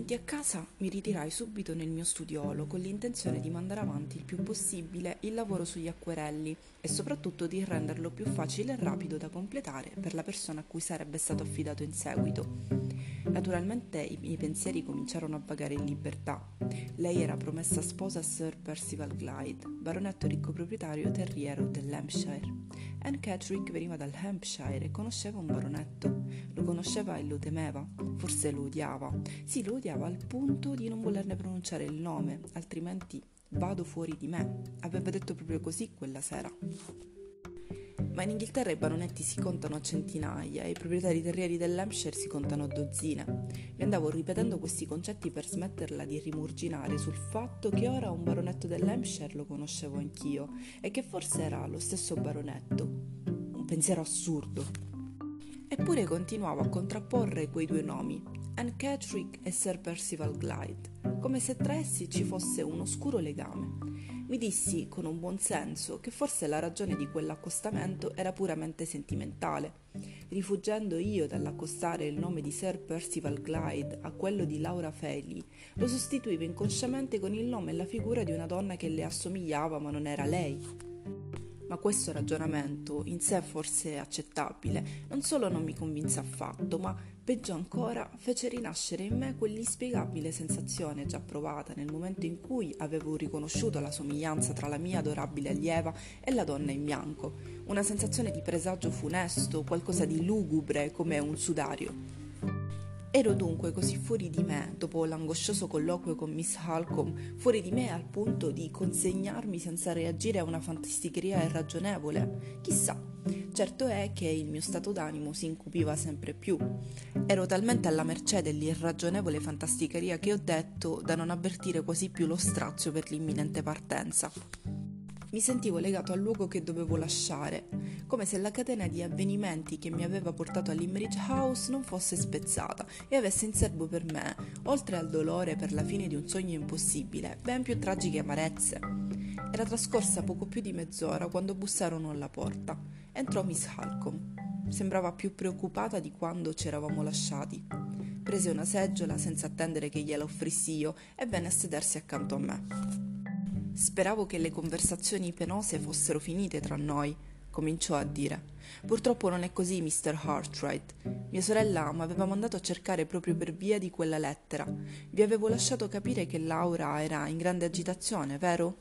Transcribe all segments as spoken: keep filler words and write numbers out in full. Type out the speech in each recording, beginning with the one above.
Giunti a casa, mi ritirai subito nel mio studiolo con l'intenzione di mandare avanti il più possibile il lavoro sugli acquerelli e soprattutto di renderlo più facile e rapido da completare per la persona a cui sarebbe stato affidato in seguito. Naturalmente i miei pensieri cominciarono a vagare in libertà. Lei era promessa sposa a Sir Percival Glyde, baronetto ricco proprietario terriero dell'Hampshire. Anne Catterick veniva dal Hampshire e conosceva un baronetto. Lo conosceva e lo temeva, forse lo odiava. Sì, lo odiava al punto di non volerne pronunciare il nome, altrimenti vado fuori di me. Aveva detto proprio così quella sera. Ma in Inghilterra i baronetti si contano a centinaia e i proprietari terrieri dell'Hampshire si contano a dozzine. Mi andavo ripetendo questi concetti per smetterla di rimurginare sul fatto che ora un baronetto dell'Hampshire lo conoscevo anch'io e che forse era lo stesso baronetto. Un pensiero assurdo. Eppure continuavo a contrapporre quei due nomi, Anne Catterick e Sir Percival Glyde, come se tra essi ci fosse un oscuro legame. Mi dissi con un buon senso che forse la ragione di quell'accostamento era puramente sentimentale. Rifuggendo io dall'accostare il nome di Sir Percival Glyde a quello di Laura Fairley, lo sostituivo inconsciamente con il nome e la figura di una donna che le assomigliava ma non era lei. Ma questo ragionamento, in sé forse accettabile, non solo non mi convinse affatto, ma peggio ancora fece rinascere in me quell'inspiegabile sensazione già provata nel momento in cui avevo riconosciuto la somiglianza tra la mia adorabile allieva e la donna in bianco, una sensazione di presagio funesto, qualcosa di lugubre come un sudario. Ero dunque così fuori di me, dopo l'angoscioso colloquio con Miss Halcombe, fuori di me al punto di consegnarmi senza reagire a una fantasticheria irragionevole? Chissà, certo è che il mio stato d'animo si incupiva sempre più. Ero talmente alla mercé dell'irragionevole fantasticheria che ho detto da non avvertire quasi più lo strazio per l'imminente partenza. Mi sentivo legato al luogo che dovevo lasciare, come se la catena di avvenimenti che mi aveva portato a Limmeridge House non fosse spezzata e avesse in serbo per me, oltre al dolore per la fine di un sogno impossibile, ben più tragiche amarezze. Era trascorsa poco più di mezz'ora quando bussarono alla porta. Entrò Miss Halcombe. Sembrava più preoccupata di quando ci eravamo lasciati. Prese una seggiola senza attendere che gliela offrissi io e venne a sedersi accanto a me. Speravo che le conversazioni penose fossero finite tra noi, cominciò a dire. Purtroppo non è così, mister Hartwright. Mia sorella m'aveva mandato a cercare proprio per via di quella lettera. Vi avevo lasciato capire che Laura era in grande agitazione, vero?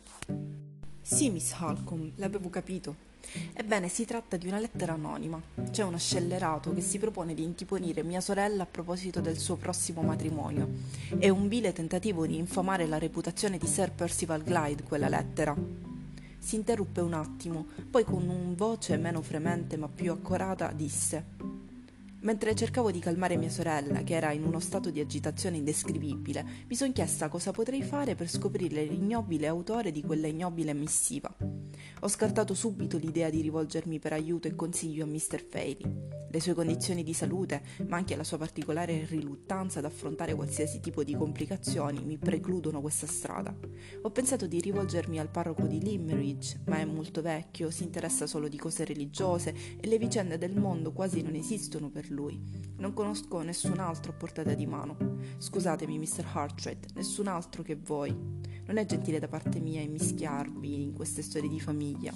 Sì, Miss Halcombe, l'avevo capito. Ebbene, si tratta di una lettera anonima. C'è uno scellerato che si propone di intiponire mia sorella a proposito del suo prossimo matrimonio. È un vile tentativo di infamare la reputazione di Sir Percival Glyde, quella lettera. Si interruppe un attimo, poi con un voce meno fremente ma più accorata disse: mentre cercavo di calmare mia sorella, che era in uno stato di agitazione indescrivibile, mi son chiesta cosa potrei fare per scoprire l'ignobile autore di quella ignobile missiva. Ho scartato subito l'idea di rivolgermi per aiuto e consiglio a mister Fairley. Le sue condizioni di salute, ma anche la sua particolare riluttanza ad affrontare qualsiasi tipo di complicazioni, mi precludono questa strada. Ho pensato di rivolgermi al parroco di Limmeridge, ma è molto vecchio, si interessa solo di cose religiose e le vicende del mondo quasi non esistono per lui. Non conosco nessun altro a portata di mano. Scusatemi, mister Hartwright, nessun altro che voi. Non è gentile da parte mia immischiarvi in queste storie di famiglia.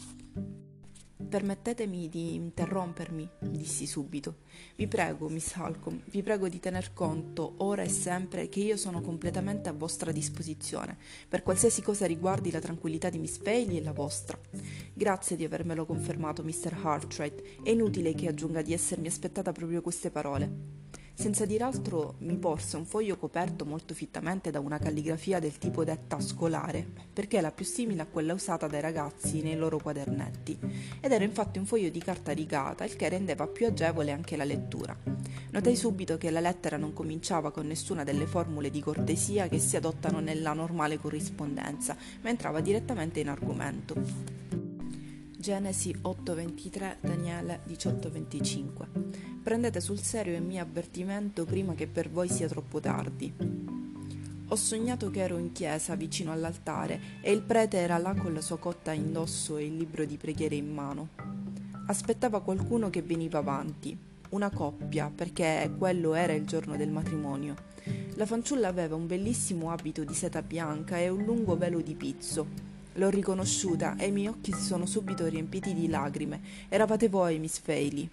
Permettetemi di interrompermi, dissi subito. Vi prego, Miss Halcombe, vi prego di tener conto, ora e sempre, che io sono completamente a vostra disposizione, per qualsiasi cosa riguardi la tranquillità di Miss Fairley e la vostra. Grazie di avermelo confermato, mister Hartwright. È inutile che aggiunga di essermi aspettata proprio queste parole. Senza dir altro mi porse un foglio coperto molto fittamente da una calligrafia del tipo detta scolare, perché è la più simile a quella usata dai ragazzi nei loro quadernetti, ed era infatti un foglio di carta rigata, il che rendeva più agevole anche la lettura. Notai subito che la lettera non cominciava con nessuna delle formule di cortesia che si adottano nella normale corrispondenza, ma entrava direttamente in argomento. Genesi otto ventitré, Daniele diciotto venticinque. Prendete sul serio il mio avvertimento prima che per voi sia troppo tardi. Ho sognato che ero in chiesa vicino all'altare e il prete era là con la sua cotta indosso e il libro di preghiere in mano. Aspettava qualcuno che veniva avanti. una coppia, perché quello era il giorno del matrimonio. La fanciulla aveva un bellissimo abito di seta bianca e un lungo velo di pizzo. L'ho riconosciuta e i miei occhi si sono subito riempiti di lacrime. Eravate voi, Miss Fairley.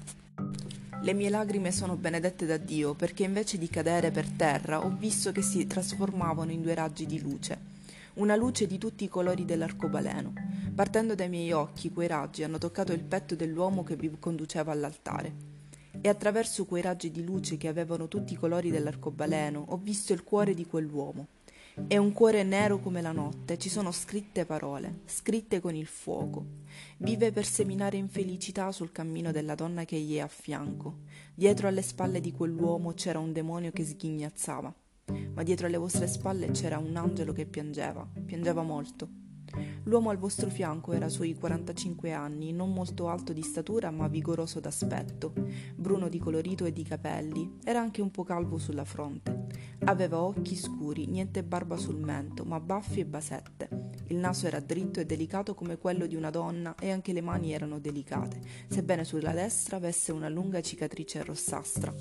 Le mie lagrime sono benedette da Dio, perché invece di cadere per terra ho visto che si trasformavano in due raggi di luce, una luce di tutti i colori dell'arcobaleno. Partendo dai miei occhi, quei raggi hanno toccato il petto dell'uomo che vi conduceva all'altare. E attraverso quei raggi di luce che avevano tutti i colori dell'arcobaleno ho visto il cuore di quell'uomo. È un cuore nero come la notte, ci sono scritte parole, scritte con il fuoco. Vive per seminare infelicità sul cammino della donna che gli è a fianco. Dietro alle spalle di quell'uomo c'era un demonio che sghignazzava, ma dietro alle vostre spalle c'era un angelo che piangeva, piangeva molto. L'uomo al vostro fianco era sui quarantacinque anni, non molto alto di statura ma vigoroso d'aspetto, bruno di colorito e di capelli, era anche un po' calvo sulla fronte. Aveva occhi scuri, niente barba sul mento, ma baffi e basette. Il naso era dritto e delicato come quello di una donna e anche le mani erano delicate, sebbene sulla destra avesse una lunga cicatrice rossastra.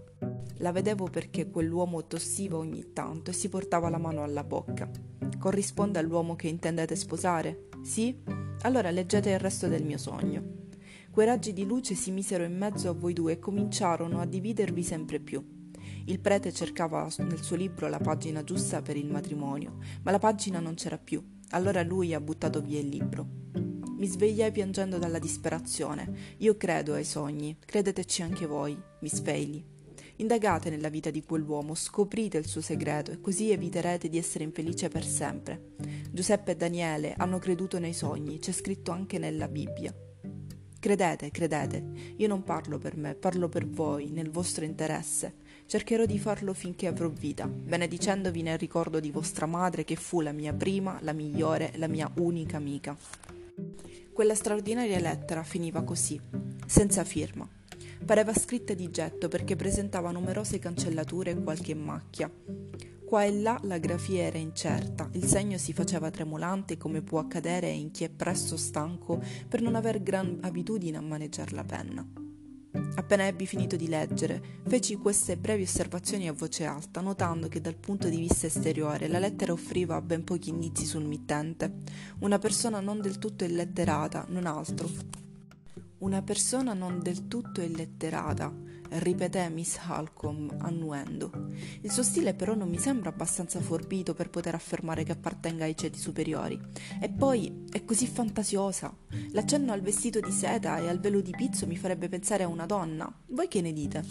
La vedevo perché quell'uomo tossiva ogni tanto e si portava la mano alla bocca. Corrisponde all'uomo che intendete sposare? Sì? Allora leggete il resto del mio sogno. Quei raggi di luce si misero in mezzo a voi due e cominciarono a dividervi sempre più. Il prete cercava nel suo libro la pagina giusta per il matrimonio, ma la pagina non c'era più. Allora lui ha buttato via il libro. Mi svegliai piangendo dalla disperazione. Io credo ai sogni, credeteci anche voi, Miss Fairley. Indagate nella vita di quell'uomo, scoprite il suo segreto e così eviterete di essere infelice per sempre. Giuseppe e Daniele hanno creduto nei sogni, c'è scritto anche nella Bibbia. Credete, credete, io non parlo per me, parlo per voi, nel vostro interesse. Cercherò di farlo finché avrò vita, benedicendovi nel ricordo di vostra madre che fu la mia prima, la migliore, la mia unica amica. Quella straordinaria lettera finiva così, senza firma. Pareva scritta di getto perché presentava numerose cancellature e qualche macchia. Qua e là la grafia era incerta, il segno si faceva tremolante come può accadere in chi è presto stanco per non aver gran abitudine a maneggiar la penna. Appena ebbi finito di leggere, feci queste brevi osservazioni a voce alta, notando che dal punto di vista esteriore la lettera offriva ben pochi indizi sul mittente, una persona non del tutto illetterata, non altro. Una persona non del tutto illetterata, ripeté Miss Halcombe annuendo. Il suo stile però non mi sembra abbastanza forbito per poter affermare che appartenga ai ceti superiori. E poi è così fantasiosa. L'accenno al vestito di seta e al velo di pizzo mi farebbe pensare a una donna. Voi che ne dite?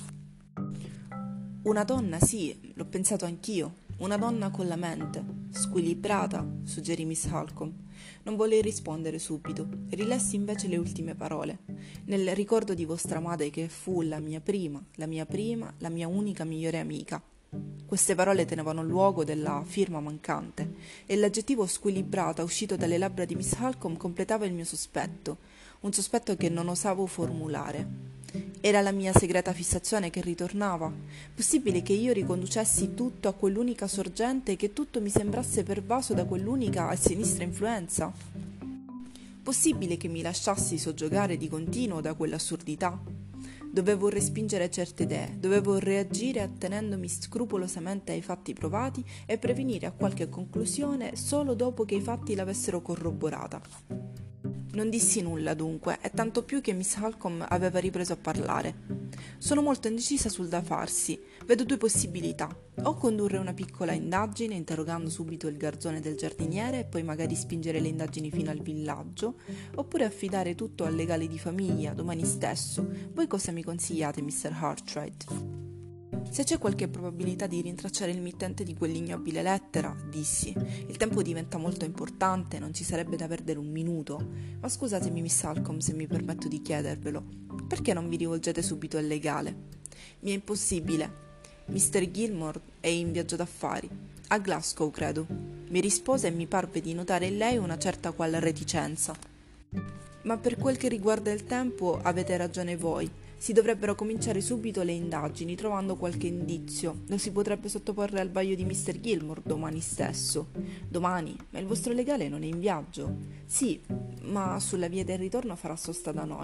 Una donna, sì, l'ho pensato anch'io. Una donna con la mente, squilibrata, suggerì Miss Halcombe. Non vollei rispondere subito, rilessi invece le ultime parole. Nel ricordo di vostra madre che fu la mia prima, la mia prima, la mia unica migliore amica. Queste parole tenevano luogo della firma mancante, e l'aggettivo squilibrata uscito dalle labbra di Miss Halcombe completava il mio sospetto, un sospetto che non osavo formulare. Era la mia segreta fissazione che ritornava? Possibile che io riconducessi tutto a quell'unica sorgente e che tutto mi sembrasse pervaso da quell'unica e sinistra influenza? Possibile che mi lasciassi soggiogare di continuo da quell'assurdità? Dovevo respingere certe idee, dovevo reagire attenendomi scrupolosamente ai fatti provati e prevenire a qualche conclusione solo dopo che i fatti l'avessero corroborata. Non dissi nulla dunque, e tanto più che Miss Halcombe aveva ripreso a parlare. Sono molto indecisa sul da farsi. Vedo due possibilità. O condurre una piccola indagine interrogando subito il garzone del giardiniere e poi magari spingere le indagini fino al villaggio, oppure affidare tutto al legale di famiglia domani stesso. Voi cosa mi consigliate, mister Hartwright? Se c'è qualche probabilità di rintracciare il mittente di quell'ignobile lettera, dissi, il tempo diventa molto importante, non ci sarebbe da perdere un minuto. Ma scusatemi, Miss Halcombe, se mi permetto di chiedervelo, perché non vi rivolgete subito al legale? Mi è impossibile. mister Gilmore è in viaggio d'affari. A Glasgow, credo. Mi rispose e mi parve di notare in lei una certa qual reticenza. Ma per quel che riguarda il tempo, avete ragione voi. Si dovrebbero cominciare subito le indagini, trovando qualche indizio. Lo si potrebbe sottoporre al vaglio di mister Gilmore domani stesso. Domani? Ma il vostro legale non è in viaggio? Sì, ma sulla via del ritorno farà sosta da noi.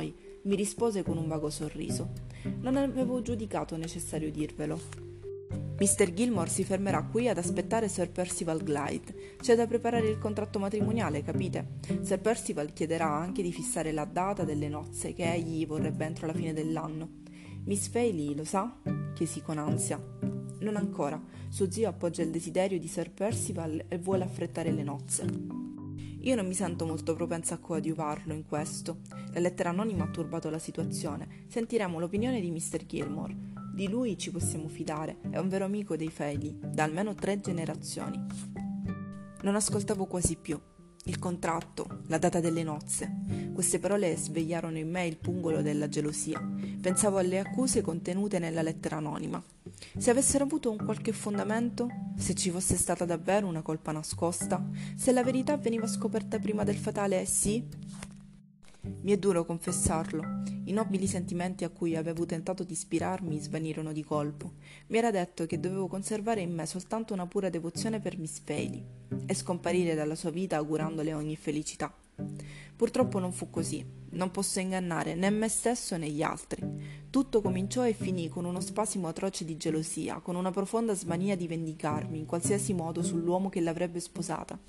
mi rispose con un vago sorriso. Non avevo giudicato necessario dirvelo. mister Gilmore si fermerà qui ad aspettare Sir Percival Glyde. C'è da preparare il contratto matrimoniale, capite? Sir Percival chiederà anche di fissare la data delle nozze che egli vorrebbe entro la fine dell'anno. Miss Fairley lo sa? Chiesi con ansia. Non ancora. Suo zio appoggia il desiderio di Sir Percival e vuole affrettare le nozze. Io non mi sento molto propensa a coadiuvarlo in questo. La lettera anonima ha turbato la situazione. Sentiremo l'opinione di mister Gilmore. Di lui ci possiamo fidare, è un vero amico dei Fairley, da almeno tre generazioni. Non ascoltavo quasi più. Il contratto, la data delle nozze. Queste parole svegliarono in me il pungolo della gelosia. Pensavo alle accuse contenute nella lettera anonima. Se avessero avuto un qualche fondamento, se ci fosse stata davvero una colpa nascosta, se la verità veniva scoperta prima del fatale sì? Mi è duro confessarlo. I nobili sentimenti a cui avevo tentato di ispirarmi svanirono di colpo. Mi era detto che dovevo conservare in me soltanto una pura devozione per Miss Fairley e scomparire dalla sua vita augurandole ogni felicità. Purtroppo non fu così. Non posso ingannare né me stesso né gli altri. Tutto cominciò e finì con uno spasimo atroce di gelosia, con una profonda smania di vendicarmi in qualsiasi modo sull'uomo che l'avrebbe sposata.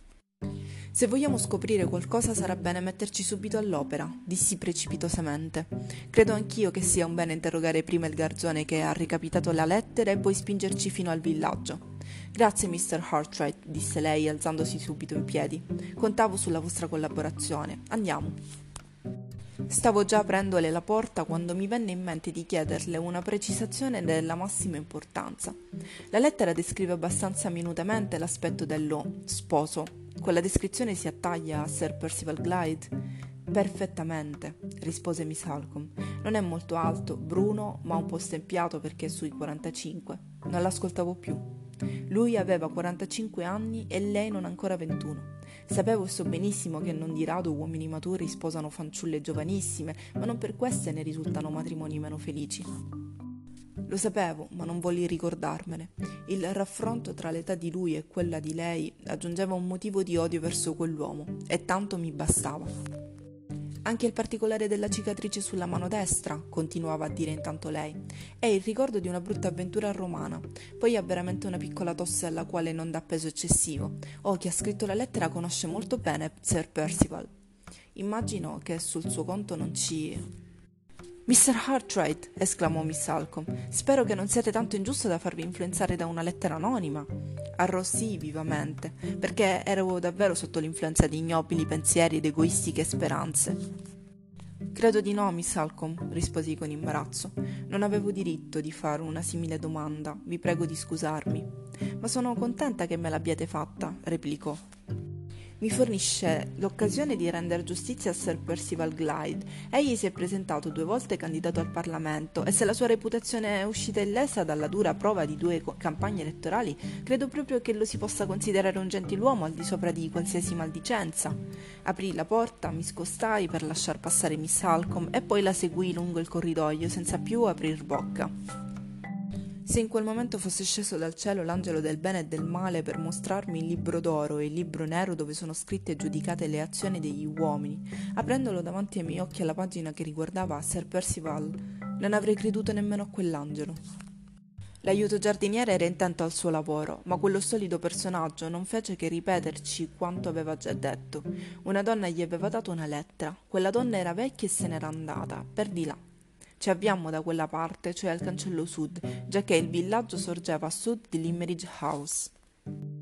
Se vogliamo scoprire qualcosa sarà bene metterci subito all'opera, dissi precipitosamente. Credo anch'io che sia un bene interrogare prima il garzone che ha recapitato la lettera e poi spingerci fino al villaggio. Grazie, mister Hartright, disse lei alzandosi subito in piedi. Contavo sulla vostra collaborazione. Andiamo. Stavo già aprendole la porta quando mi venne in mente di chiederle una precisazione della massima importanza. La lettera descrive abbastanza minutamente l'aspetto dello sposo. Quella descrizione si attaglia a Sir Percival Glyde? Perfettamente, rispose Miss Halcombe. Non è molto alto, bruno, ma un po' stempiato perché è sui quarantacinque. Non l'ascoltavo più. Lui aveva quarantacinque anni e lei non ancora ventuno. Sapevo e so benissimo che non di rado uomini maturi sposano fanciulle giovanissime, ma non per queste ne risultano matrimoni meno felici. Lo sapevo, ma non volli ricordarmene. Il raffronto tra l'età di lui e quella di lei aggiungeva un motivo di odio verso quell'uomo, e tanto mi bastava. Anche il particolare della cicatrice sulla mano destra, continuava a dire intanto lei, è il ricordo di una brutta avventura romana. Poi ha veramente una piccola tosse alla quale non dà peso eccessivo. Oh, chi ha scritto la lettera conosce molto bene Sir Percival. Immagino che sul suo conto non ci... mister Hartright, esclamò Miss Halcombe, spero che non siate tanto ingiusto da farvi influenzare da una lettera anonima. Arrossii vivamente, perché ero davvero sotto l'influenza di ignobili pensieri ed egoistiche speranze. Credo di no, Miss Halcombe, risposi con imbarazzo. Non avevo diritto di fare una simile domanda, vi prego di scusarmi. Ma sono contenta che me l'abbiate fatta, replicò. Mi fornisce l'occasione di rendere giustizia a Sir Percival Glyde. Egli si è presentato due volte candidato al Parlamento e se la sua reputazione è uscita illesa dalla dura prova di due campagne elettorali, credo proprio che lo si possa considerare un gentiluomo al di sopra di qualsiasi maldicenza. Aprì la porta, mi scostai per lasciar passare Miss Halcombe e poi la seguii lungo il corridoio senza più aprir bocca. Se in quel momento fosse sceso dal cielo l'angelo del bene e del male per mostrarmi il libro d'oro e il libro nero dove sono scritte e giudicate le azioni degli uomini, aprendolo davanti ai miei occhi alla pagina che riguardava Sir Percival, non avrei creduto nemmeno a quell'angelo. L'aiuto giardiniere era intento al suo lavoro, ma quello solido personaggio non fece che ripeterci quanto aveva già detto. Una donna gli aveva dato una lettera. Quella donna era vecchia e se n'era andata, per di là. Ci avviammo da quella parte, cioè al cancello sud, giacché il villaggio sorgeva a sud di Limmeridge House.